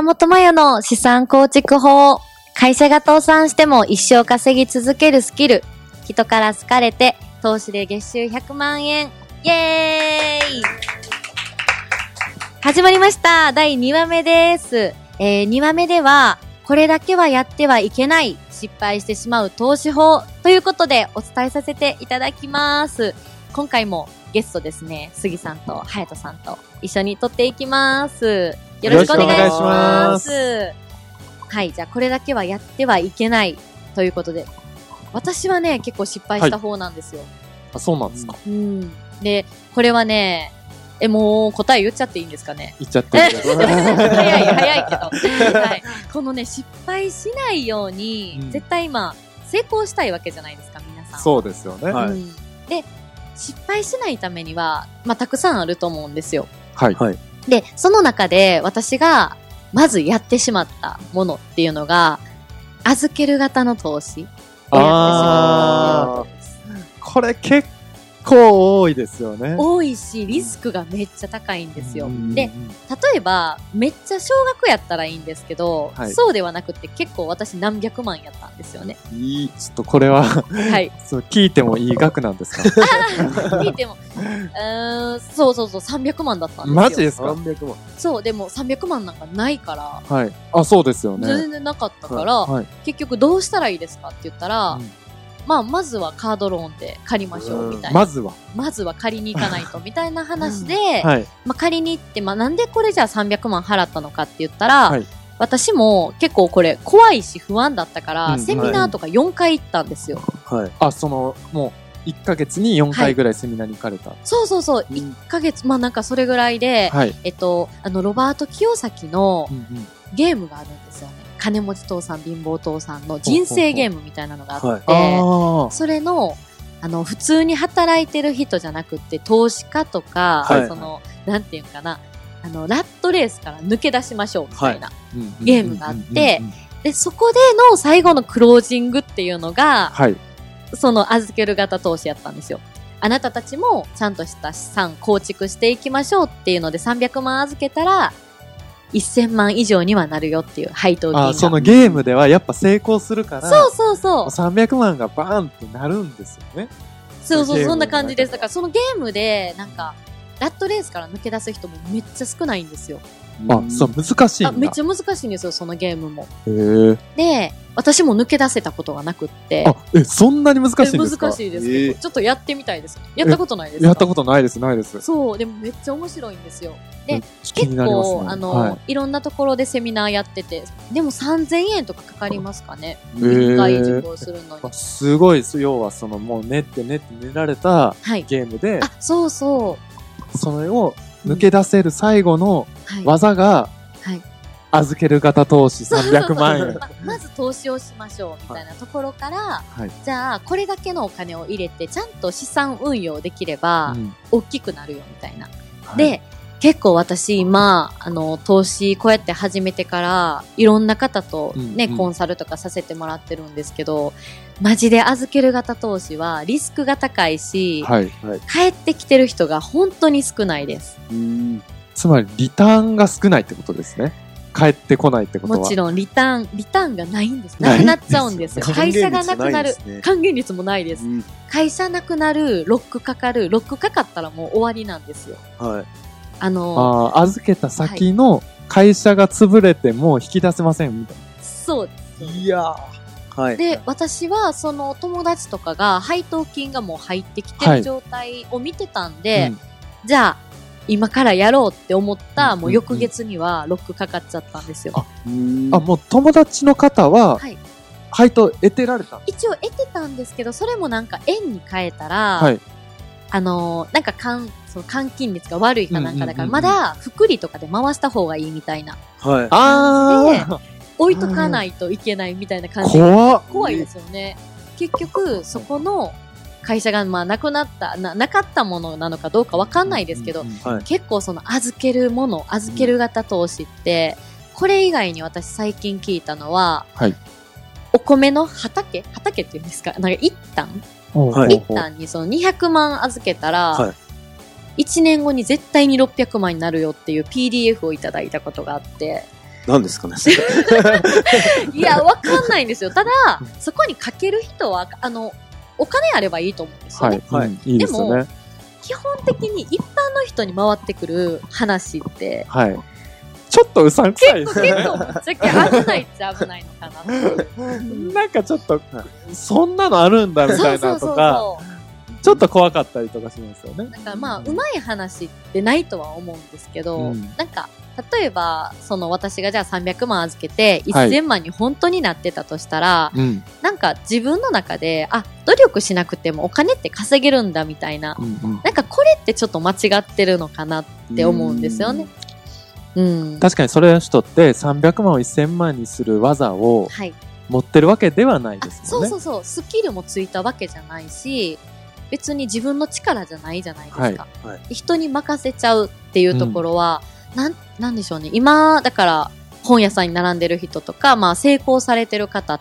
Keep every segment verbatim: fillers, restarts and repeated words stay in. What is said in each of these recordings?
本麻也の資産構築法。会社が倒産しても一生稼ぎ続けるスキル。人から好かれて投資で月収ひゃくまんえん。イエーイ。始まりました。だいにわめです。えー、にわめではこれだけはやってはいけない失敗してしまう投資法ということでお伝えさせていただきます。今回もゲストですね、杉さんと隼人さんと一緒に撮っていきます。よろしくお願いします。はい、じゃあこれだけはやってはいけないということで、私はね結構失敗した方なんですよ。はい、 あ、そうなんですか。 うん。で、これはね、え、もう答え言っちゃっていいんですかね。 言っちゃっていいですか。 早い早いけど、はい、このね失敗しないように、うん、絶対今成功したいわけじゃないですか、皆さん。 そうですよね。 うん、で、失敗しないためには、まあ、たくさんあると思うんですよ。 はい。はい。 で、その中で私がまずやってしまったものっていうのが、預ける型の投資をやってしまったっていうことです。 これ結構多いですよね。 多いし、リスクがめっちゃ高いんですよ。で、例えば、めっちゃ少額やったらいいんですけど、はい、そうではなくて結構私何百万やったんですよね。 いい、ちょっとこれは、はい、そう聞いてもいい額なんですか？ 聞いても、うーん、そうそうそう、さんびゃくまんだったんですよ。 マジですか？ さんびゃくまん。 そう、でもさんびゃくまんなんかないから。 はい。あ、そうですよね。 全然なかったから、はいはい、結局どうしたらいいですかって言ったら、うん、まあ、まずはカードローンで借りましょうみたいな。 まずはまずは借りに行かないとみたいな話で、はい、まあ、借りに行って、まあ、なんでこれじゃあさんびゃくまん払ったのかって言ったら、はい、私も結構これ怖いし不安だったから、うん、セミナーとかよんかい行ったんですよ。 はい。あ、その、もういっかげつによんかいぐらいセミナーに行かれた。はい、 そうそうそう、いっかげつ、まあなんかそれぐらいで、はい、えっと、あの、ロバート清崎のゲームがあるんですよね。金持ち父さん貧乏父さんの人生ゲームみたいなのがあって、はい、それのあの普通に働いてる人じゃなくて投資家とか、はい、そのなんていうかな、あのラットレースから抜け出しましょうみたいなゲームがあって、でそこでの最後のクロージングっていうのが、はい、その預ける型投資やったんですよ。あなたたちもちゃんとした資産構築していきましょうっていうのでさんびゃくまん預けたらせんまん以上にはなるよっていう配当金が。 あ、そのゲームではやっぱ成功するから、 そうそうそう。 さんびゃくまんがバーンってなるんですよね。 そうそう、そんな感じです。だからそのゲームで、なんか、ラットレースから抜け出す人もめっちゃ少ないんですよ。 あ、そう、難しいんだ。 あ、めっちゃ難しいんですよ、そのゲームも。 へー。 で、私も抜け出せたことがなくって。 あ、え、そんなに難しいんですか？ 難しいですけど、ちょっとやってみたいです。やったことないですか？ やったことないです、ないです。 そう、でもめっちゃ面白いんですよ。で、結構、ね、あの、はい、いろんなところでセミナーやってて、でもさんぜんえんとかかかりますかね。いっかい受講するのに。 すごい、要はそのもう練って練って練られたゲームで、はい、 あ、そうそう。 それを抜け出せる最後の技が、はい、預ける型投資さんびゃくまんえん。 ま, まず投資をしましょうみたいなところから、はい、じゃあこれだけのお金を入れてちゃんと資産運用できれば、うん、大きくなるよみたいな。はい、で、結構私今、あの、投資こうやって始めてから、いろんな方とね、うんうん、コンサルとかさせてもらってるんですけど、マジで預ける型投資はリスクが高いし、はいはい、帰ってきてる人が本当に少ないです。 うん、つまりリターンが少ないってことですね。帰ってこないってことは。 もちろんリターン、リターンがないんです。なくなっちゃうんですよ。会社がなくなる。還元率もないです。うん、会社なくなる、ロックかかる、ロックかかったらもう終わりなんですよ。はい。あのー、あ預けた先の会社が潰れても引き出せませんみたいな。 そうです。 いやー。はい。 で、私はその友達とかが配当金がもう入ってきてる状態を見てたんで、はい、うん、じゃあ今からやろうって思った、うん、もう翌月にはロックかかっちゃったんですよ。 あ、うんあもう友達の方は、はい、配当得てられた？ 一応得てたんですけど、それもなんか円に変えたら、はい、あのー、なんか換その換金率が悪いかなんかだから、まだ複利とかで回した方がいいみたいな感じで、はい、置いとかないといけないみたいな感じで、 怖怖いですよね。結局そこの会社がまあなくなったな、なかったものなのかどうかわかんないですけど、うんうんはい、結構その預けるもの、預ける型投資って、うん、これ以外に私最近聞いたのは、はい、お米の畑畑っていうんですか、なんか一旦、はい、一旦にそのにひゃくまん預けたら、はい、いちねんごに絶対にろっぴゃくまんになるよっていう ピーディーエフ をいただいたことがあって、 何ですかねいや、わかんないんですよ。ただ、そこにかける人は、あの、お金あればいいと思うんですよね。 はい。はい、いいですよね。でも、 基本的に一般の人に回ってくる話って、 はい。ちょっとうさんくさいですね。 結構、結構、ぶっちゃけ危ないっちゃ危ないのかなって。 なんかちょっと、そんなのあるんだみたいなとか、そうそうそうそうちょっと怖かったりとかするんですよね。 だからまあ、うまい話ってないとは思うんですけど、うん、なんか、例えば、その私がじゃあさんびゃくまん預けて、せんまんに本当になってたとしたら、はい、なんか自分の中で、あ、努力しなくてもお金って稼げるんだみたいな、うんうん、なんかこれってちょっと間違ってるのかなって思うんですよね。うん、 確かにそれの人ってさんびゃくまんをせんまんにする技を持ってるわけではないですもんね。 そうそうそう。スキルもついたわけじゃないし、別に自分の力じゃないじゃないですか。はいはい、人に任せちゃうっていうところは、うん、なん、なんでしょうね。今、だから本屋さんに並んでる人とか、まあ成功されてる方って、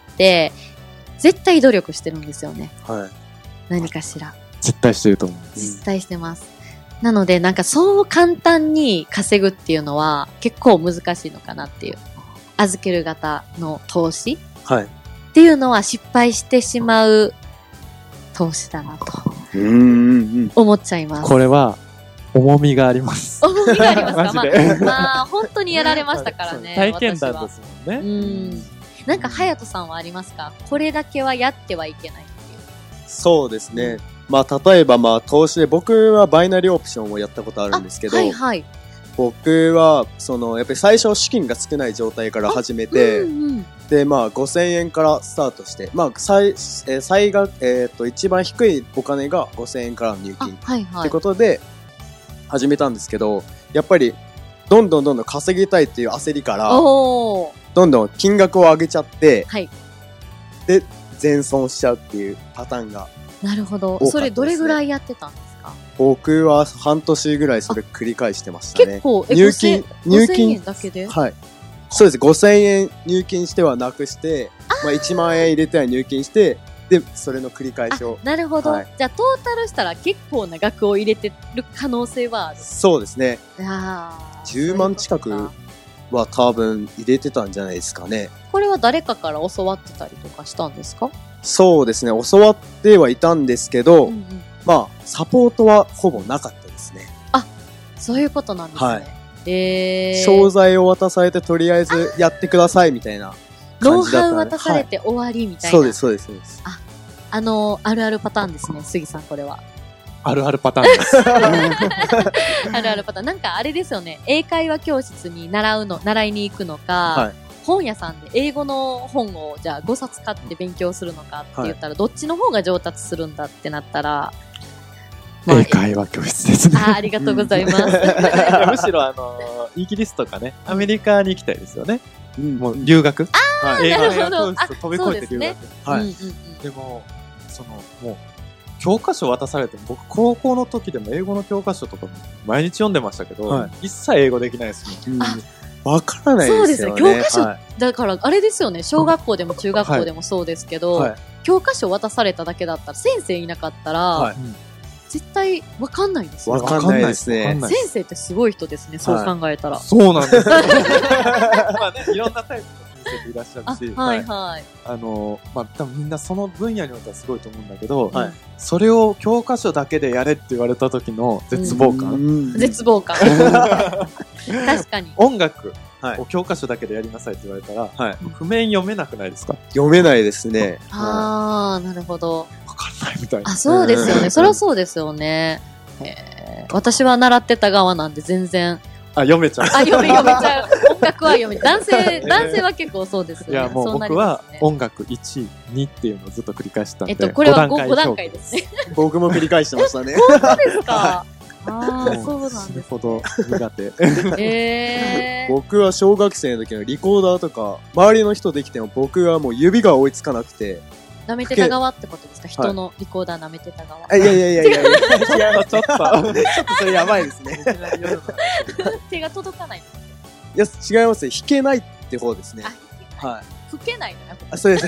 絶対努力してるんですよね。はい。何かしら。 絶対してると思う。 絶対してます。なので、なんかそう簡単に稼ぐっていうのは結構難しいのかなっていう。預ける型の投資、はい、っていうのは失敗してしまう投資だなと思っちゃいます。 これは重みがあります。 重みがありますかまあ、まあ、本当にやられましたからね。 体験談ですもんね。 うん。なんか、隼人さんはありますか？これだけはやってはいけないっていう。 そうですね。うん、まあ、例えば、まあ、投資で、僕はバイナリーオプションをやったことあるんですけど、はいはい。僕は、その、やっぱり最初資金が少ない状態から始めて、うんうん、で、まあ、ごせんえんからスタートして、まあ、最、えー、最が、えっと、一番低いお金がごせんえんからの入金。はいはい。ってことで、始めたんですけど、やっぱり、どんどんどんどん稼ぎたいっていう焦りから、どんどん金額を上げちゃって、はい。で、全損しちゃうっていうパターンが、 ね。なるほど。それどれぐらいやってたんですか？ 僕は半年ぐらいそれ繰り返してましたね。 結構、入金、入金だけで？ はい。そうです。ごせんえん入金してはなくして、まあいちまんえん入れては入金して、で、それの繰り返しを。 なるほど。はい、じゃあ、トータルしたら結構な額を入れてる可能性はある？ そうですね。じゅうまん近くは多分入れてたんじゃないですかね。 これは誰かから教わってたりとかしたんですか？ そうですね。教わってはいたんですけど、うんうん、まあ、サポートはほぼなかったですね。 あ、そういうことなんですね。はい。 えー。商材を渡されてとりあえずやってくださいみたいな感じだったので。 ノウハウ渡されて終わりみたいな。 そうです、そうです、そうです。 あ、あの、あるあるパターンですね、杉さん、これは。 あるあるパターンです。 あるあるパターン。なんかあれですよね、英会話教室に習うの、習いに行くのか、はい、本屋さんで英語の本をじゃあごさつ買って勉強するのかって言ったら、はい、どっちの方が上達するんだってなったら、 まあ、英会話教室ですね。 あ、ありがとうございます。 むしろあの、イギリスとかね、アメリカに行きたいですよね。うん、もう留学。 ああ、はい、なるほど。 英会話教室を飛び越えて留学。ね、はい、うんうんうん。でも、その、もう、教科書渡されても、僕、高校の時でも英語の教科書とかも毎日読んでましたけど、はい、一切英語できないですもん。 あ、わからないですよね。 そうですね。教科書、はい、だから、あれですよね。小学校でも中学校でもそうですけど、はいはい、教科書渡されただけだったら、先生いなかったら、はい、絶対わかんないですよ。 わかんないですね。 先生ってすごい人ですね。そう考えたら。 そうなんですよ。まあね、いろんなタイプの先生いらっしゃるし、 はいはい。 あの、まあ、多分みんなその分野によってはすごいと思うんだけど、はい、それを教科書だけでやれって言われた時の絶望感。 絶望感。確かに。 音楽を教科書だけでやりなさいって言われたら、はい、譜面読めなくないですか？ 読めないですね。 ああ、なるほど。 わかんないみたいな。 あ、そうですよね。そりゃそうですよね。へー、私は習ってた側なんで全然。 あ、読めちゃう。 あ、読め、読めちゃう。音楽は読め、男性、男性は結構そうですよね。 いや、もう僕は音楽いちい、にっていうのをずっと繰り返したんで。 えっと、これはご段階ですね。 僕も繰り返してましたね。 本当ですか？ああ、そうなんです。 なるほど、苦手。 えー、 僕は小学生の時のリコーダーとか、周りの人できても僕はもう指が追いつかなくて。 舐めてた側ってことですか？人のリコーダー舐めてた側。 いやいやいやいやいや、違う、ちょっと、ちょっとそれやばいですね。 手が届かない。 いや、違いますよ。弾けないって方ですね。 はい。吹けないのね。 あ、そうです。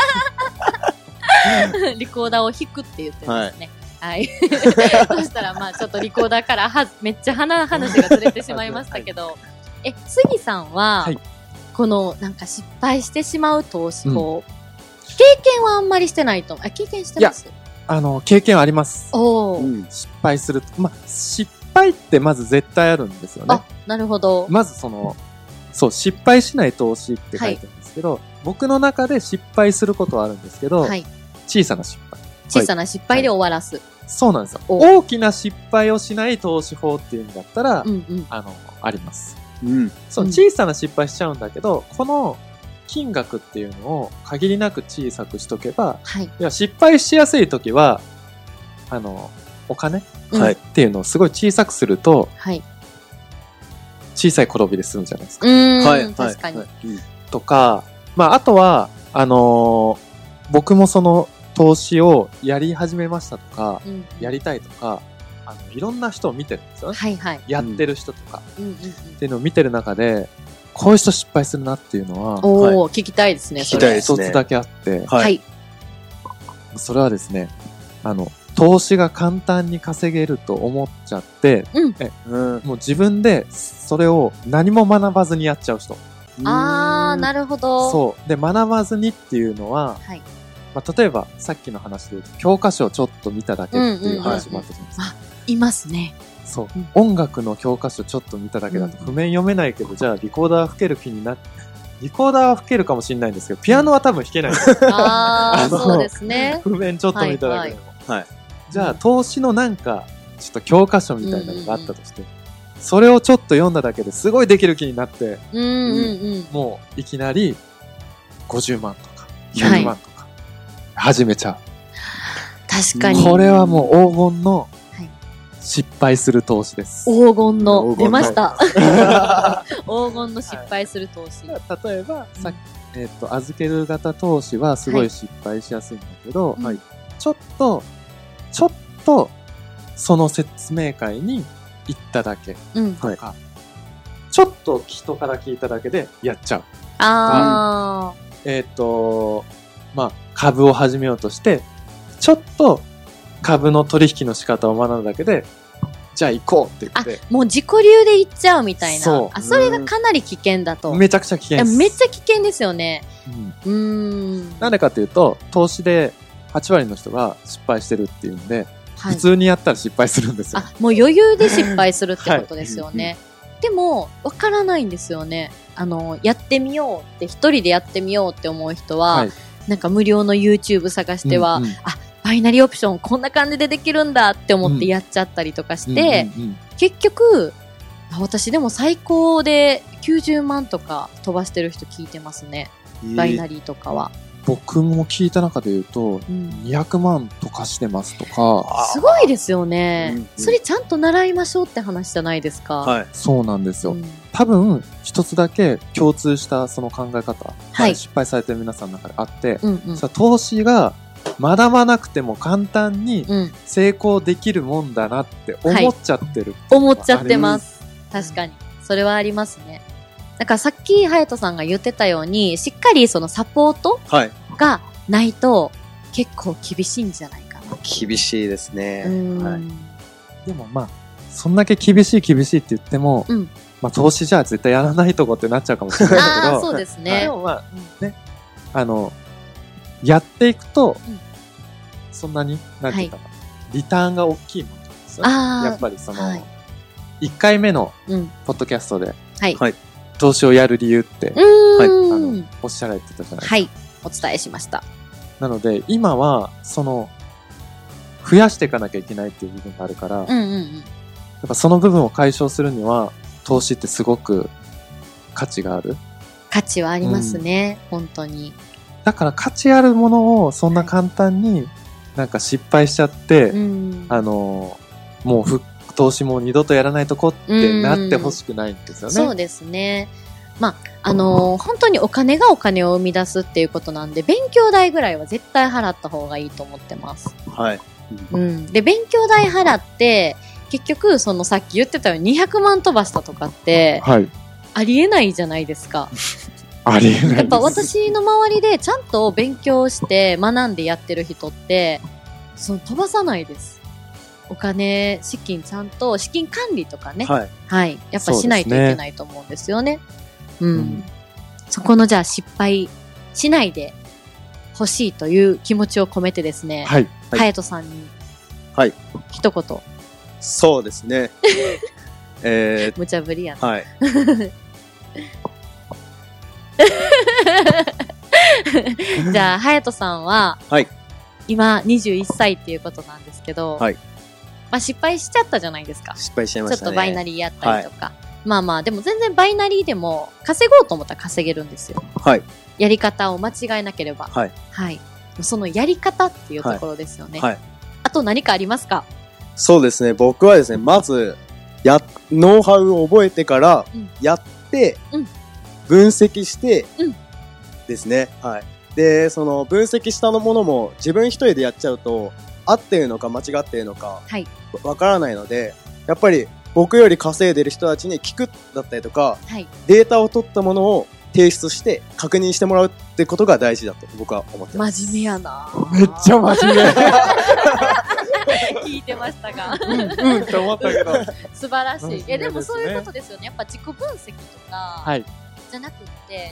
リコーダーを弾くって言ってるんですね。はい。そしたら、まあちょっとリコーダーからはめっちゃ話がずれてしまいましたけど、え、杉さんは、はい、 このなんか失敗してしまう投資法、うん、経験はあんまりしてないと思う。あ、経験してます？いや、 あの、経験はあります。 おー。 うん、失敗すると。まあ、失敗ってまず絶対あるんですよね。 あ、なるほど。 まずその、そう、失敗しない投資って書いてるんですけど、はい、僕の中で失敗することはあるんですけど、はい、小さな失敗。 小さな失敗で終わらす。はい、 そうなんですよ。大きな失敗をしない投資法っていうんだったら、うんうん、あの、あります。うん。そう、小さな失敗しちゃうんだけど、この金額っていうのを限りなく小さくしとけば、はい、いや失敗しやすい時は、あの、お金、はい、っていうのをすごい小さくすると、はい、小さい転びで済むじゃないですか。 うん、はい、確かに。はい、 とか、まあ、あとは、あのー、僕もその投資をやり始めましたとか、うん、やりたいとか、あの、いろんな人を見てるんですよね。はいはい。やってる人とか、うんうんうん、っていうのを見てる中で、こういう人失敗するなっていうのは、 おー、はい、聞きたいですね、 それ。聞きたいですね。一つだけあって、はい。それはですね、あの、投資が簡単に稼げると思っちゃって、うん、えうん、もう自分でそれを何も学ばずにやっちゃう人。 あー、なるほど。 そう。で、学ばずにっていうのは、はい、まあ、例えばさっきの話で言うと、教科書をちょっと見ただけっていう話もあったじゃないですか。あ、 いますね。 そう、うん。音楽の教科書ちょっと見ただけだと譜面読めないけど、じゃあリコーダー吹ける気になって、リコーダーは吹けるかもしれないんですけど、ピアノは多分弾けない。 ああ、そうですね。 譜面ちょっと見ただけでも。はい、はい。じゃあ、投資のなんか、ちょっと教科書みたいなのがあったとして、うんうんうん、それをちょっと読んだだけですごいできる気になって、うんうんうん、もういきなりごじゅうまんとかひゃくまんとか始めちゃう。はい、 確かに。 これはもう黄金の失敗する投資です。 黄金の、出ました。黄金の失敗する投資。 はい、例えば、さっき、えっと、預ける型投資はすごい失敗しやすいんだけど、はい、ちょっと、ちょっと、その説明会に行っただけとか、うん、ちょっと人から聞いただけでやっちゃう。ああ。えっと、まあ、株を始めようとして、ちょっと株の取引の仕方を学んだだけで、じゃあ行こうって言って。 あ、もう自己流で行っちゃうみたいな。そう。あ、それがかなり危険だと。 めちゃくちゃ危険です。 めっちゃ危険ですよね。 うん。うーん。なんでかっていうと、投資ではち割の人が失敗してるっていうんで、はい、普通にやったら失敗するんですよ。 あ、もう余裕で失敗するってことですよね。はい、でも、わからないんですよね。あの、やってみようって、一人でやってみようって思う人は、はい、なんか無料の YouTube 探しては、うんうん、あ、バイナリーオプションこんな感じでできるんだって思ってやっちゃったりとかして、うんうんうんうん、結局、私でも最高できゅうじゅうまんとか飛ばしてる人聞いてますね。えー、バイナリーとかは。 僕も聞いた中で言うと、うん、にひゃくまんとかしてますとか。 すごいですよね、うんうん。それちゃんと習いましょうって話じゃないですか。 はい。そうなんですよ。うん、多分、一つだけ共通したその考え方、はい、失敗されてる皆さんの中であって、うんうん、投資が学ばなくても簡単に成功できるもんだなって思っちゃってる、 はい、思っちゃってます。確かに。それはありますね。だからさっき隼人さんが言ってたように、しっかりそのサポートがないと結構厳しいんじゃないかな。 厳しいですね。はい、 でもまあ、そんだけ厳しい厳しいって言っても、うん、まあ投資じゃ絶対やらないとこってなっちゃうかもしれないけど。 ああ、そうですね。 でもまあ、うん、ね、あの、やっていくと、うん、そんなに、なんていうかな、はい、リターンが大きいものなんですよ。やっぱりその、はい、いっかいめのポッドキャストで、はい、投資をやる理由って、はい、あの、おっしゃられてたじゃないですか。 はい、お伝えしました。 なので、今は、その、増やしていかなきゃいけないっていう部分があるから、うんうんうん、やっぱその部分を解消するには、投資ってすごく価値がある。 価値はありますね、うん、本当に。 だから価値あるものをそんな簡単になんか失敗しちゃって、うん、あの、もうふ投資も二度とやらないとこってなってほしくないんですよね。 そうですね。まあ、あのー、本当にお金がお金を生み出すっていうことなんで、勉強代ぐらいは絶対払った方がいいと思ってます。はい。うん。で、勉強代払って、結局、そのさっき言ってたようににひゃくまん飛ばしたとかって、はい。ありえないじゃないですか。 ありえないです。 やっぱ私の周りでちゃんと勉強して学んでやってる人って、その飛ばさないです。お金、資金ちゃんと、資金管理とかね。はい。はい。やっぱしないといけないと思うんですよね。うね、うん。 そこのじゃあ失敗しないで欲しいという気持ちを込めてですね、はい。隼人さんに、はい。一言。 そうですね。えー、 無茶ぶりやな。 はい。 じゃあ、隼人さんは、はい。今にじゅういっさいっていうことなんですけど、はい。まあ失敗しちゃったじゃないですか。 失敗しちゃいましたね。 ちょっとバイナリーやったりとか。はい、まあまあ、でも全然バイナリーでも稼ごうと思ったら稼げるんですよ。はい。やり方を間違えなければ。はい。はい。そのやり方っていうところですよね。はい。はい、あと何かありますか？ そうですね。僕はですね、まず、や、ノウハウを覚えてから、やって、うん、分析して、うん、ですね。はい。で、その分析したものも自分一人でやっちゃうと、合ってるのか間違ってるのか、はい。わからないので、やっぱり僕より稼いでる人たちに聞くだったりとか、はい。データを取ったものを提出して確認してもらうってことが大事だと僕は思ってます。 真面目やな。 めっちゃ真面目。 聞いてましたが。 うん、うんって思ったけど。 素晴らしい。え、でもそういうことですよね。やっぱ自己分析とか、はい。じゃなくって、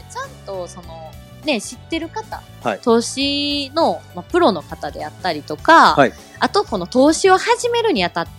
ちゃんとその、ね、知ってる方、はい、投資の、まあ、プロの方であったりとか、はい、あとこの投資を始めるにあたって、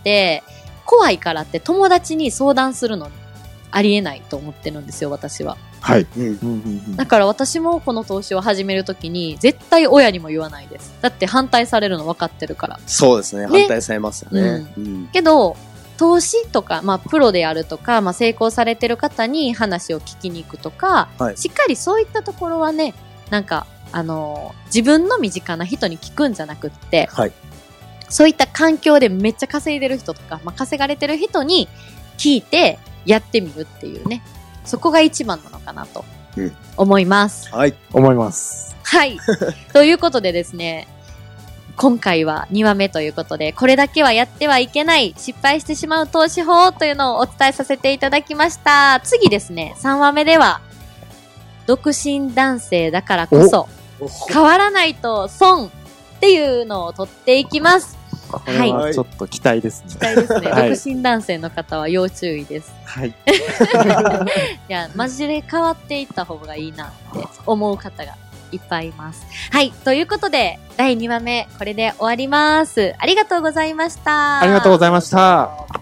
怖いからって友達に相談するのありえないと思ってるんですよ、私は。はい。だから私もこの投資を始めるときに、絶対親にも言わないです。だって反対されるの分かってるから。 そうですね、ね、反対されますよね。 うんうん、けど、投資とか、まあ、プロであるとか、まあ、成功されてる方に話を聞きに行くとか、はい、しっかりそういったところはね、なんか、あのー、自分の身近な人に聞くんじゃなくって、はい、そういった環境でめっちゃ稼いでる人とか、まあ、稼がれてる人に聞いてやってみるっていうね、そこが一番なのかなと思います。 うん、はい、思います。 はい。ということでですね、今回はにわめということで、これだけはやってはいけない、失敗してしまう投資法というのをお伝えさせていただきました。次ですね、さんわめでは、独身男性だからこそ、変わらないと損っていうのを取っていきます。 これはちょっと期待ですね。 期待ですね。はい、独身男性の方は要注意です。はい。いや、マジで変わっていった方がいいなって思う方がいっぱいいます。はい。ということで、だいにわめ、これで終わります。ありがとうございました。 ありがとうございました。